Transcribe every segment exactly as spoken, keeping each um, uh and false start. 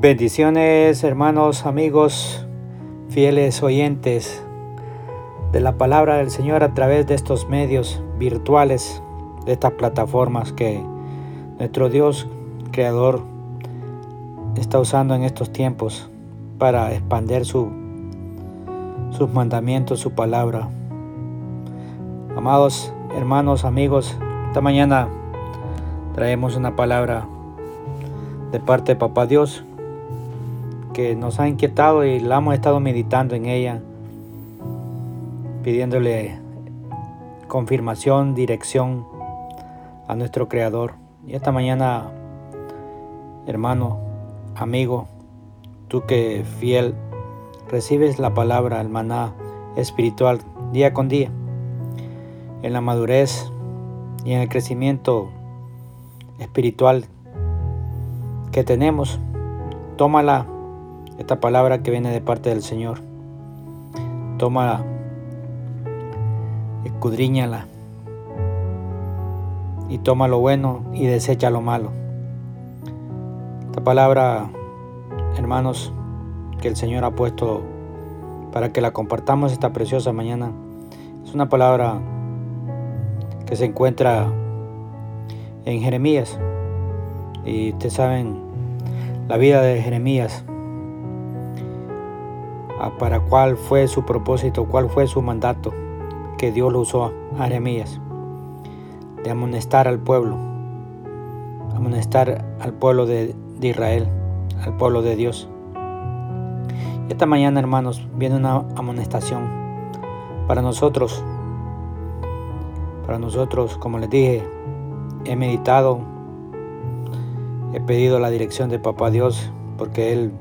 Bendiciones, hermanos, amigos, fieles oyentes de la palabra del Señor a través de estos medios virtuales, de estas plataformas que nuestro Dios Creador está usando en estos tiempos para expandir su, sus mandamientos, su palabra. Amados hermanos, amigos, esta mañana traemos una palabra de parte de Papá Dios que nos ha inquietado y la hemos estado meditando en ella, pidiéndole confirmación, dirección a nuestro Creador. Y esta mañana, hermano, amigo, tú que fiel recibes la palabra, el maná espiritual día con día, en la madurez y en el crecimiento espiritual que tenemos, tómala, esta palabra que viene de parte del Señor, tómala, escudriñala y toma lo bueno y desecha lo malo. Esta palabra, hermanos, que el Señor ha puesto para que la compartamos esta preciosa mañana, es una palabra que se encuentra en Jeremías. Y ustedes saben la vida de Jeremías, para cuál fue su propósito, cuál fue su mandato que Dios lo usó a Jeremías, de amonestar al pueblo, amonestar al pueblo de, de Israel, al pueblo de Dios. Y esta mañana, hermanos, viene una amonestación para nosotros, para nosotros, como les dije, he meditado, he pedido la dirección de Papá Dios porque Él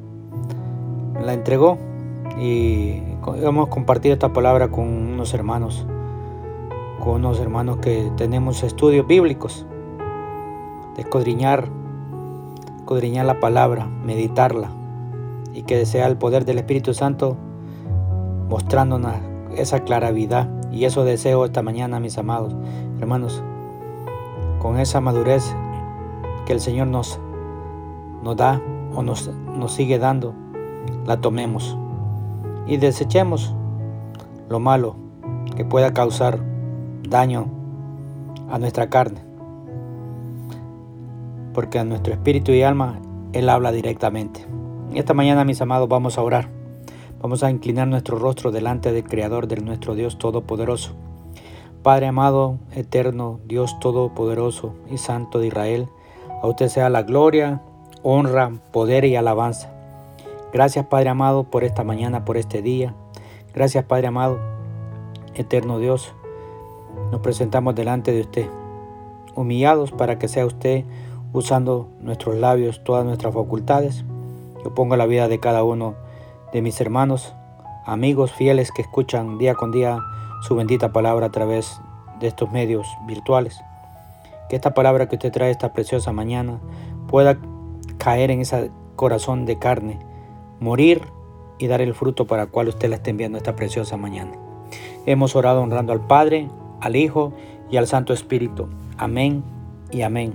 la entregó y hemos compartido esta palabra con unos hermanos, con unos hermanos que tenemos estudios bíblicos, de escudriñar, escudriñar la palabra, meditarla y que sea el poder del Espíritu Santo mostrándonos esa claridad. Y eso deseo esta mañana, mis amados hermanos, con esa madurez que el Señor nos, nos da o nos, nos sigue dando, la tomemos y desechemos lo malo que pueda causar daño a nuestra carne, porque a nuestro espíritu y alma Él habla directamente. Y esta mañana, mis amados, vamos a orar. Vamos a inclinar nuestro rostro delante del Creador, de nuestro Dios Todopoderoso. Padre amado, eterno, Dios Todopoderoso y Santo de Israel, a usted sea la gloria, honra, poder y alabanza. Gracias, Padre amado, por esta mañana, por este día. Gracias, Padre amado, eterno Dios. Nos presentamos delante de usted, humillados para que sea usted usando nuestros labios, todas nuestras facultades. Yo pongo la vida de cada uno de mis hermanos, amigos fieles que escuchan día con día su bendita palabra a través de estos medios virtuales. Que esta palabra que usted trae esta preciosa mañana pueda caer en ese corazón de carne, morir y dar el fruto para el cual usted la está enviando esta preciosa mañana. Hemos orado honrando al Padre, al Hijo y al Santo Espíritu. Amén y amén.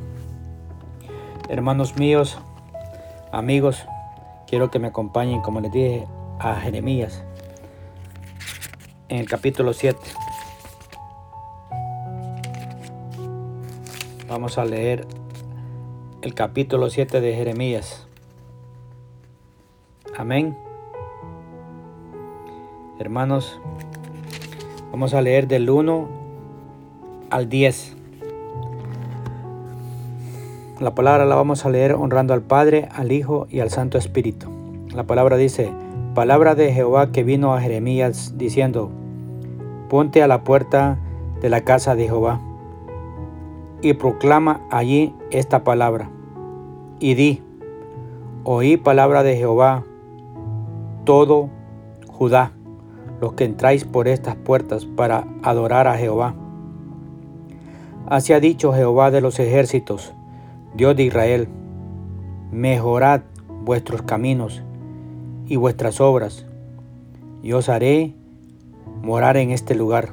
Hermanos míos, amigos, quiero que me acompañen, como les dije, a Jeremías en el capítulo siete. Vamos a leer el capítulo siete de Jeremías. Amén. Hermanos, vamos a leer del uno al diez. La palabra la vamos a leer honrando al Padre, al Hijo y al Santo Espíritu. La palabra dice: palabra de Jehová que vino a Jeremías diciendo: ponte a la puerta de la casa de Jehová y proclama allí esta palabra y di: oí palabra de Jehová todo Judá, los que entráis por estas puertas para adorar a Jehová. Así ha dicho Jehová de los ejércitos, Dios de Israel: mejorad vuestros caminos y vuestras obras, y os haré morar en este lugar.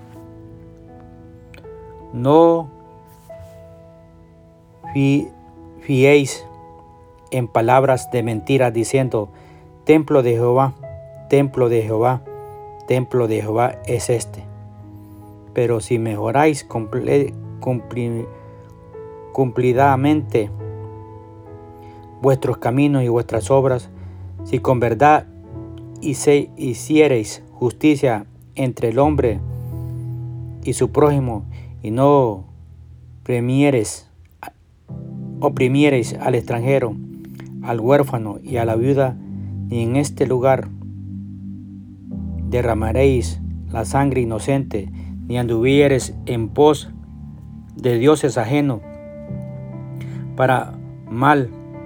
No fiéis en palabras de mentira, diciendo: templo de Jehová, templo de Jehová, templo de Jehová es este. Pero si mejoráis cumple, cumpli, cumplidamente vuestros caminos y vuestras obras, si con verdad hiciereis justicia entre el hombre y su prójimo, y no oprimiereis, oprimiereis al extranjero, al huérfano y a la viuda, ni en este lugar derramaréis la sangre inocente, ni anduviereis en pos de dioses ajenos, para mal,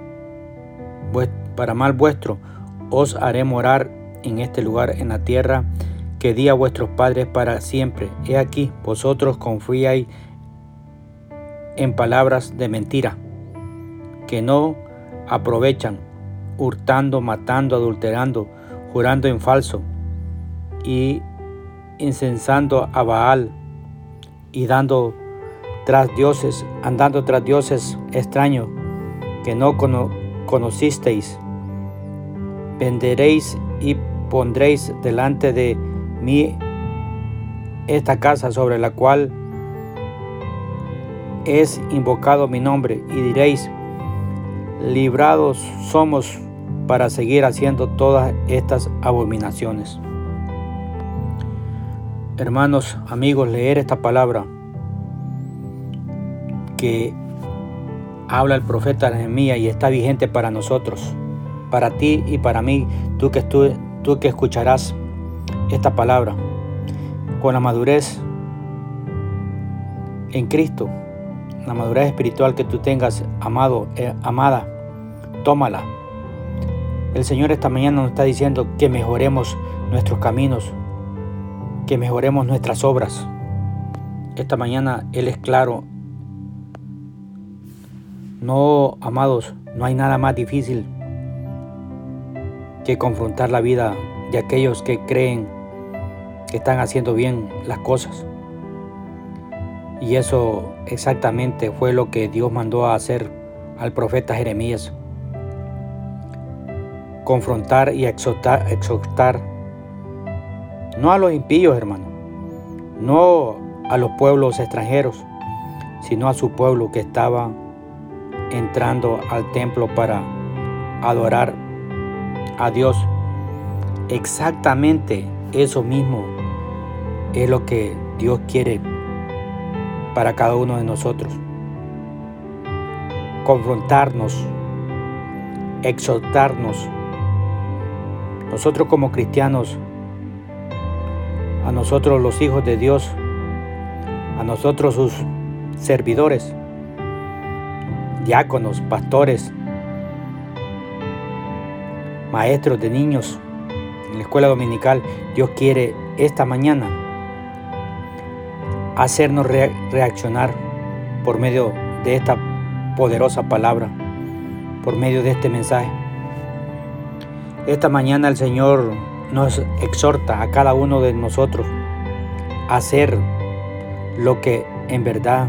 para mal vuestro, os haré morar en este lugar, en la tierra que di a vuestros padres para siempre. He aquí, vosotros confiáis en palabras de mentira, que no aprovechan, hurtando, matando, adulterando, jurando en falso, y incensando a Baal, y dando tras dioses, andando tras dioses extraños que no cono conocisteis. Venderéis y pondréis delante de mí esta casa sobre la cual es invocado mi nombre, y diréis: librados somos para seguir haciendo todas estas abominaciones. Hermanos, amigos, leer esta palabra que habla el profeta Jeremías y está vigente para nosotros, para ti y para mí, tú que, tú, tú que escucharás esta palabra con la madurez en Cristo, la madurez espiritual que tú tengas, amado, eh, amada, tómala. El Señor esta mañana nos está diciendo que mejoremos nuestros caminos, que mejoremos nuestras obras. Esta mañana Él es claro. No, amados, no hay nada más difícil que confrontar la vida de aquellos que creen que están haciendo bien las cosas. Y eso exactamente fue lo que Dios mandó a hacer al profeta Jeremías. Confrontar y exhortar, exhortar no a los impíos, hermano, no a los pueblos extranjeros, sino a su pueblo que estaba entrando al templo para adorar a Dios. Exactamente eso mismo es lo que Dios quiere para cada uno de nosotros. Confrontarnos, exhortarnos. Nosotros como cristianos, a nosotros los hijos de Dios, a nosotros sus servidores, diáconos, pastores, maestros de niños en la escuela dominical, Dios quiere esta mañana hacernos re- reaccionar por medio de esta poderosa palabra, por medio de este mensaje. Esta mañana el Señor nos exhorta a cada uno de nosotros a hacer lo que en verdad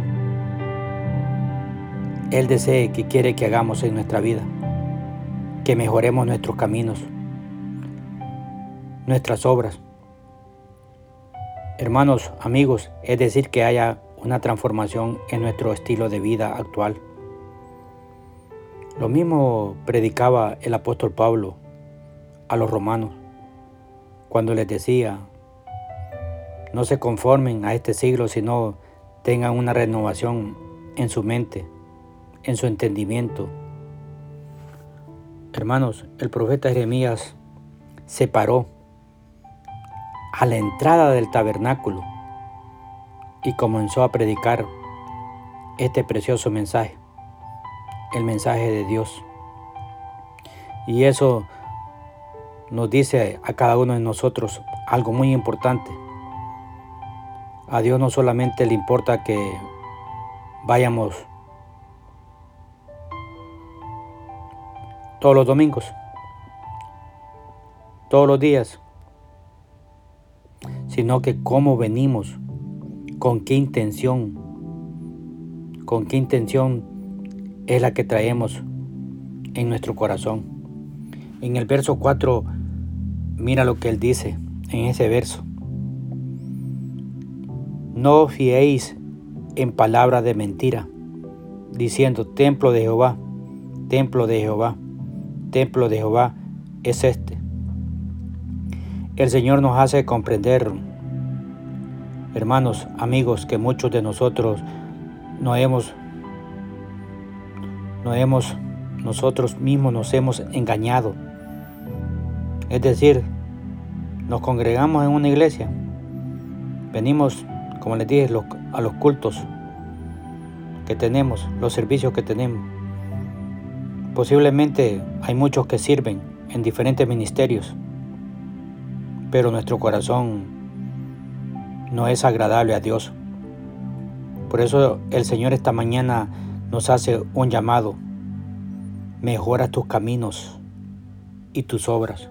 Él desee, que quiere que hagamos en nuestra vida, que mejoremos nuestros caminos, nuestras obras. Hermanos, amigos, es decir, que haya una transformación en nuestro estilo de vida actual. Lo mismo predicaba el apóstol Pablo a los romanos, cuando les decía: no se conformen a este siglo, sino tengan una renovación en su mente, en su entendimiento. Hermanos, el profeta Jeremías se paró a la entrada del tabernáculo y comenzó a predicar este precioso mensaje, el mensaje de Dios. Y eso nos dice a cada uno de nosotros algo muy importante. A Dios no solamente le importa que vayamos todos los domingos, todos los días, sino que cómo venimos, con qué intención, con qué intención es la que traemos en nuestro corazón. En el verso cuatro, mira lo que él dice en ese verso. No os fiéis en palabras de mentira, diciendo, templo de Jehová, templo de Jehová, templo de Jehová es este. El Señor nos hace comprender, hermanos, amigos, que muchos de nosotros no hemos, no hemos, nosotros mismos nos hemos engañado. Es decir, nos congregamos en una iglesia, venimos, como les dije, los, a los cultos que tenemos, los servicios que tenemos. Posiblemente hay muchos que sirven en diferentes ministerios, pero nuestro corazón no es agradable a Dios. Por eso el Señor esta mañana nos hace un llamado. Mejora tus caminos y tus obras.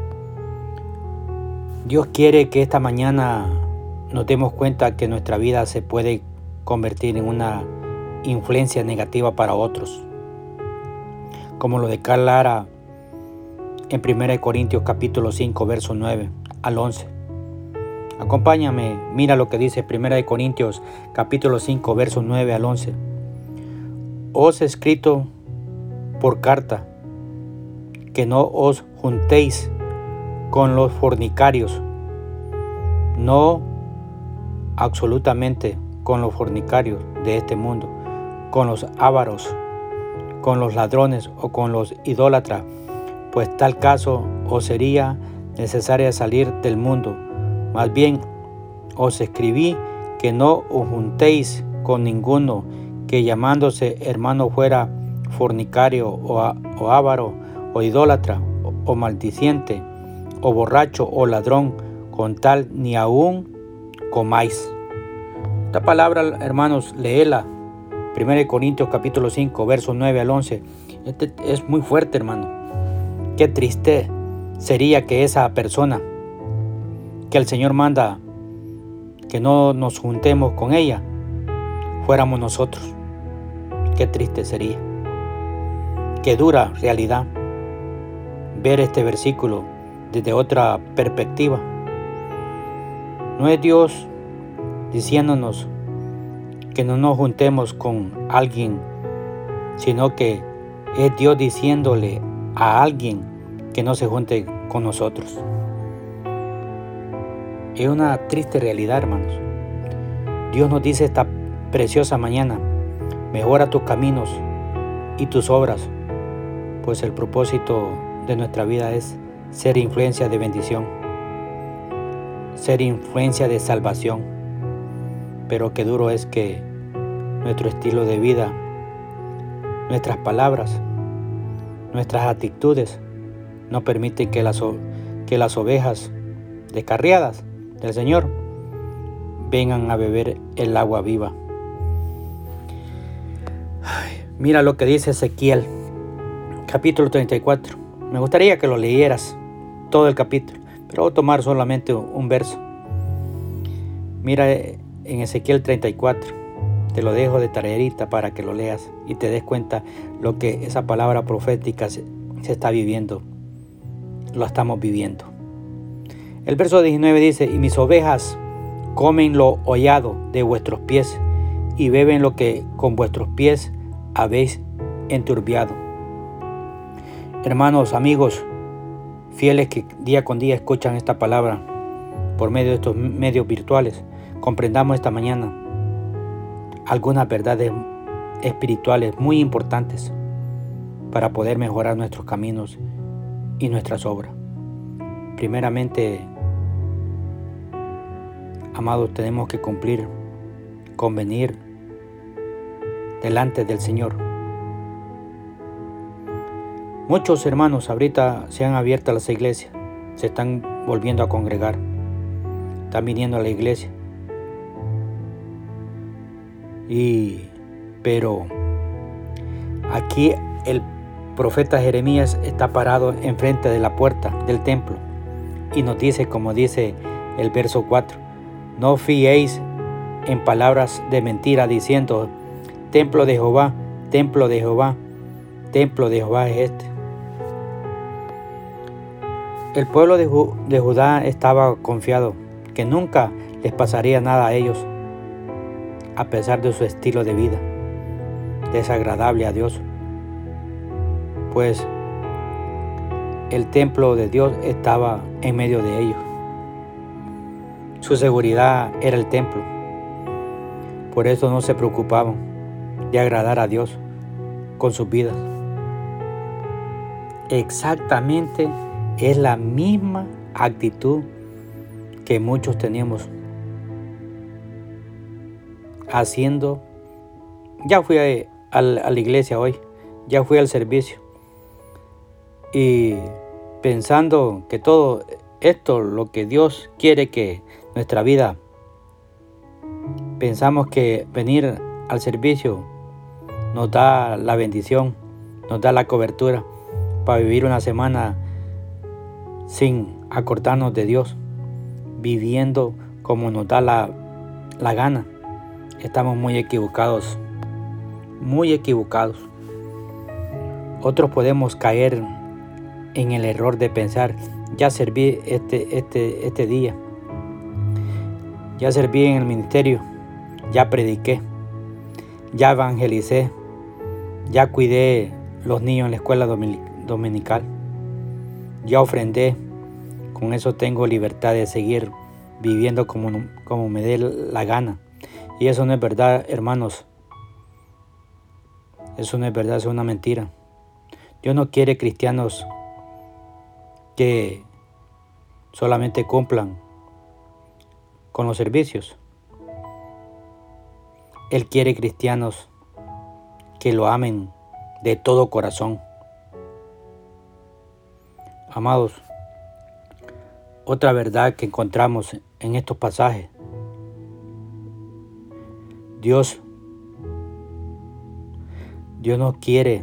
Dios quiere que esta mañana nos demos cuenta que nuestra vida se puede convertir en una influencia negativa para otros, como lo declara en primera de Corintios capítulo cinco, verso nueve al once. Acompáñame, mira lo que dice primera de Corintios capítulo cinco, verso nueve al once. Os he escrito por carta que no os juntéis con los fornicarios, no absolutamente con los fornicarios de este mundo, con los ávaros, con los ladrones o con los idólatras, pues tal caso os sería necesario salir del mundo. Más bien os escribí que no os juntéis con ninguno que llamándose hermano fuera fornicario o, a, o avaro o idólatra o, o maldiciente o borracho o ladrón, con tal ni aún comáis. Esta palabra, hermanos, léela. primera de Corintios capítulo cinco, versos nueve al once. Este es muy fuerte, hermano. Qué triste sería que esa persona que el Señor manda que no nos juntemos con ella, fuéramos nosotros. Qué triste sería. Qué dura realidad ver este versículo desde otra perspectiva. No es Dios diciéndonos que no nos juntemos con alguien, sino que es Dios diciéndole a alguien que no se junte con nosotros. Es una triste realidad, hermanos. Dios nos dice esta preciosa mañana: mejora tus caminos y tus obras, pues el propósito de nuestra vida es ser influencia de bendición, ser influencia de salvación. Pero qué duro es que nuestro estilo de vida, nuestras palabras, nuestras actitudes no permiten que las, que las ovejas descarriadas del Señor vengan a beber el agua viva. Ay, mira lo que dice Ezequiel capítulo treinta y cuatro. Me gustaría que lo leyeras todo el capítulo, pero voy a tomar solamente un verso. Mira en Ezequiel treinta y cuatro, te lo dejo de tareita para que lo leas y te des cuenta lo que esa palabra profética se, se está viviendo, lo estamos viviendo. El verso diecinueve dice: y mis ovejas comen lo hollado de vuestros pies y beben lo que con vuestros pies habéis enturbiado. Hermanos, amigos, fieles que día con día escuchan esta palabra por medio de estos medios virtuales, comprendamos esta mañana algunas verdades espirituales muy importantes para poder mejorar nuestros caminos y nuestras obras. Primeramente, amados, tenemos que cumplir, convenir delante del Señor. Muchos hermanos ahorita se han abierto a las iglesias, se están volviendo a congregar, están viniendo a la iglesia. Y, pero aquí el profeta Jeremías está parado enfrente de la puerta del templo y nos dice, como dice el verso cuatro: no fiéis en palabras de mentira, diciendo, templo de Jehová, templo de Jehová templo de Jehová es este? El pueblo de, Ju- de Judá estaba confiado que nunca les pasaría nada a ellos, a pesar de su estilo de vida desagradable a Dios, pues el templo de Dios estaba en medio de ellos. Su seguridad era el templo. Por eso no se preocupaban de agradar a Dios con sus vidas. Exactamente es la misma actitud que muchos tenemos haciendo. Ya fui a, a, a la iglesia hoy, ya fui al servicio y pensando que todo esto, lo que Dios quiere que nuestra vida, pensamos que venir al servicio nos da la bendición, nos da la cobertura para vivir una semana sin acordarnos de Dios, viviendo como nos da la, la gana. Estamos muy equivocados, muy equivocados. Otros podemos caer en el error de pensar, ya serví este, este, este día, ya serví en el ministerio, ya prediqué, ya evangelicé, ya cuidé los niños en la escuela dominical, ya ofrendé, con eso tengo libertad de seguir viviendo como, como me dé la gana. Y eso no es verdad, hermanos. Eso no es verdad, es una mentira. Dios no quiere cristianos que solamente cumplan con los servicios. Él quiere cristianos que lo amen de todo corazón. Amados, otra verdad que encontramos en estos pasajes. Dios, Dios no quiere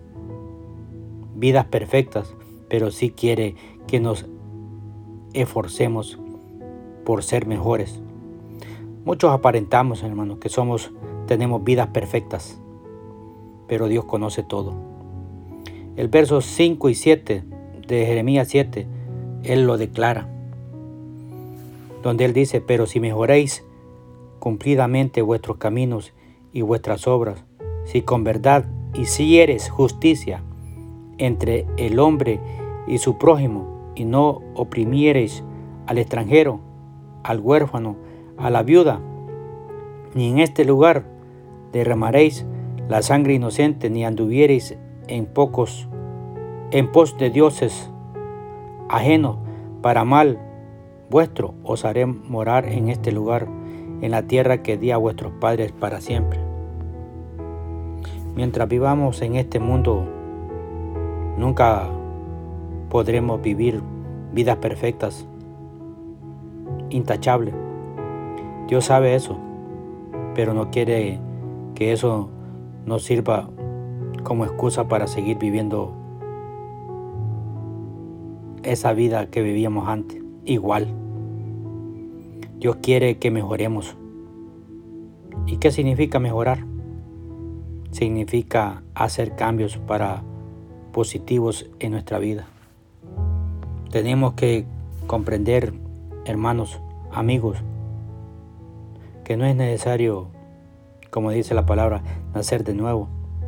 vidas perfectas, pero sí quiere que nos esforcemos por ser mejores. Muchos aparentamos, hermanos, que somos, tenemos vidas perfectas, pero Dios conoce todo. El verso cinco y siete de Jeremías siete, Él lo declara, donde Él dice, pero si mejoréis cumplidamente vuestros caminos y vuestras obras, si con verdad hiciereis justicia entre el hombre y su prójimo, y no oprimiereis al extranjero, al huérfano, a la viuda, ni en este lugar derramaréis la sangre inocente, ni anduviereis en pocos, en pos de dioses ajenos para mal vuestro, os haré morar en este lugar, en la tierra que di a vuestros padres para siempre. Mientras vivamos en este mundo, nunca podremos vivir vidas perfectas, intachables. Dios sabe eso, pero no quiere que eso nos sirva como excusa para seguir viviendo esa vida que vivíamos antes, igual. Dios quiere que mejoremos. ¿Y qué significa mejorar? Significa hacer cambios para positivos en nuestra vida. Tenemos que comprender, hermanos, amigos, que no es necesario, como dice la palabra, nacer de nuevo.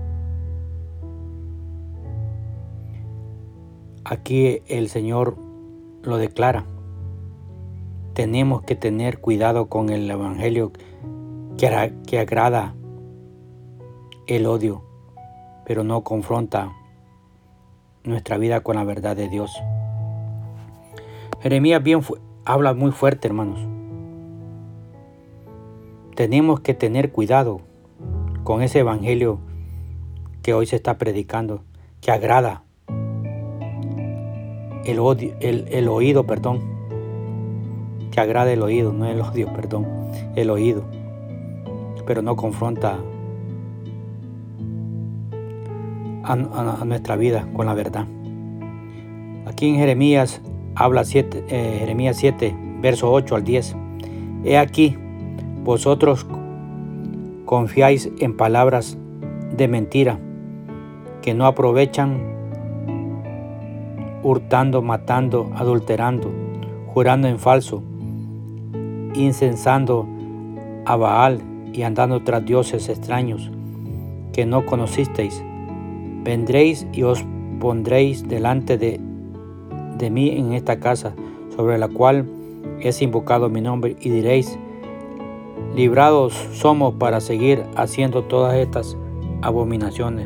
Aquí el Señor lo declara. Tenemos que tener cuidado con el evangelio que, que agrada el odio, pero no confronta nuestra vida con la verdad de Dios. Jeremías bien fu- habla muy fuerte, hermanos. Tenemos que tener cuidado con ese evangelio que hoy se está predicando, que agrada el, odio, el, el oído, perdón, que agrada el oído, no el odio, perdón, el oído, pero no confronta a, a, a nuestra vida con la verdad. Aquí en Jeremías habla siete, eh, Jeremías siete, verso ocho al diez. He aquí, vosotros confiáis en palabras de mentira que no aprovechan, hurtando, matando, adulterando, jurando en falso, incensando a Baal y andando tras dioses extraños que no conocisteis. Vendréis y os pondréis delante de, de mí en esta casa, sobre la cual es invocado mi nombre, y diréis: librados somos para seguir haciendo todas estas abominaciones.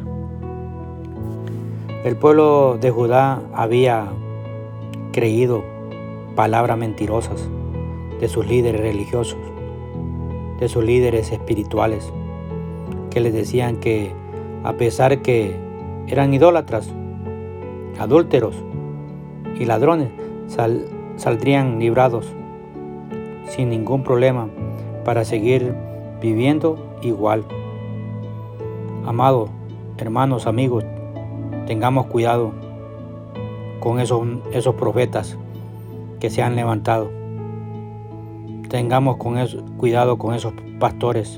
El pueblo de Judá había creído palabras mentirosas de sus líderes religiosos, de sus líderes espirituales, que les decían que a pesar que eran idólatras, adúlteros y ladrones, sal, saldrían librados sin ningún problema para seguir viviendo igual. Amados hermanos, amigos, tengamos cuidado con esos, esos profetas que se han levantado. Tengamos con eso, cuidado con esos pastores.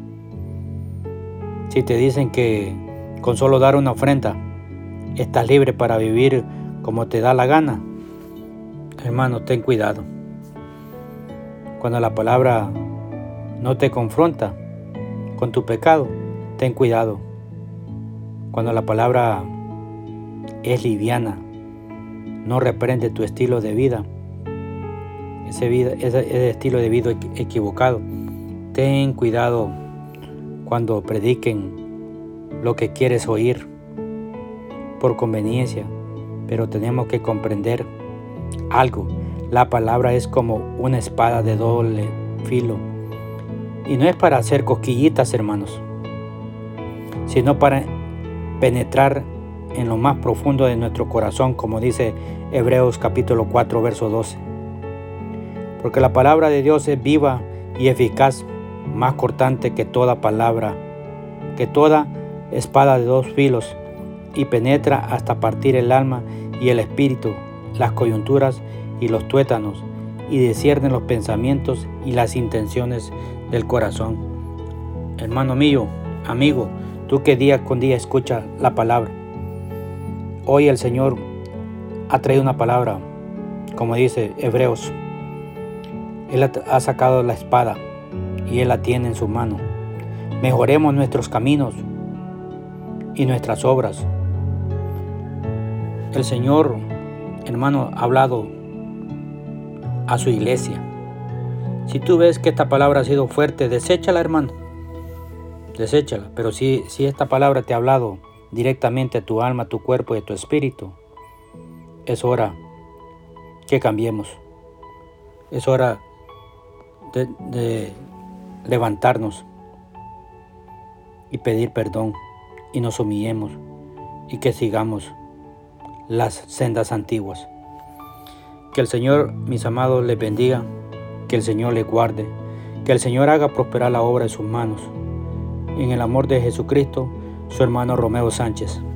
Si te dicen que con solo dar una ofrenda estás libre para vivir como te da la gana, hermano, ten cuidado. Cuando la palabra no te confronta con tu pecado, ten cuidado. Cuando la palabra es liviana, no reprende tu estilo de vida, ese, vida, ese, ese estilo de vida equivocado, ten cuidado cuando prediquen lo que quieres oír por conveniencia, pero tenemos que comprender algo. La palabra es como una espada de doble filo, y no es para hacer cosquillitas, hermanos, sino para penetrar en lo más profundo de nuestro corazón, como dice Hebreos capítulo cuatro, verso doce. Porque la palabra de Dios es viva y eficaz, más cortante que toda palabra, que toda espada de dos filos, y penetra hasta partir el alma y el espíritu, las coyunturas y los tuétanos, y discierne los pensamientos y las intenciones del corazón. Hermano mío, amigo, tú que día con día escuchas la palabra, hoy el Señor ha traído una palabra, como dice Hebreos. Él ha sacado la espada y Él la tiene en su mano. Mejoremos nuestros caminos y nuestras obras. El Señor, hermano, ha hablado a su iglesia. Si tú ves que esta palabra ha sido fuerte, deséchala, hermano. Deséchala. Pero si, si esta palabra te ha hablado directamente a tu alma, a tu cuerpo y a tu espíritu, es hora que cambiemos. Es hora de, de levantarnos y pedir perdón, y nos humillemos y que sigamos las sendas antiguas. Que el Señor, mis amados, les bendiga, que el Señor les guarde, que el Señor haga prosperar la obra de sus manos. En el amor de Jesucristo, su hermano Romeo Sánchez.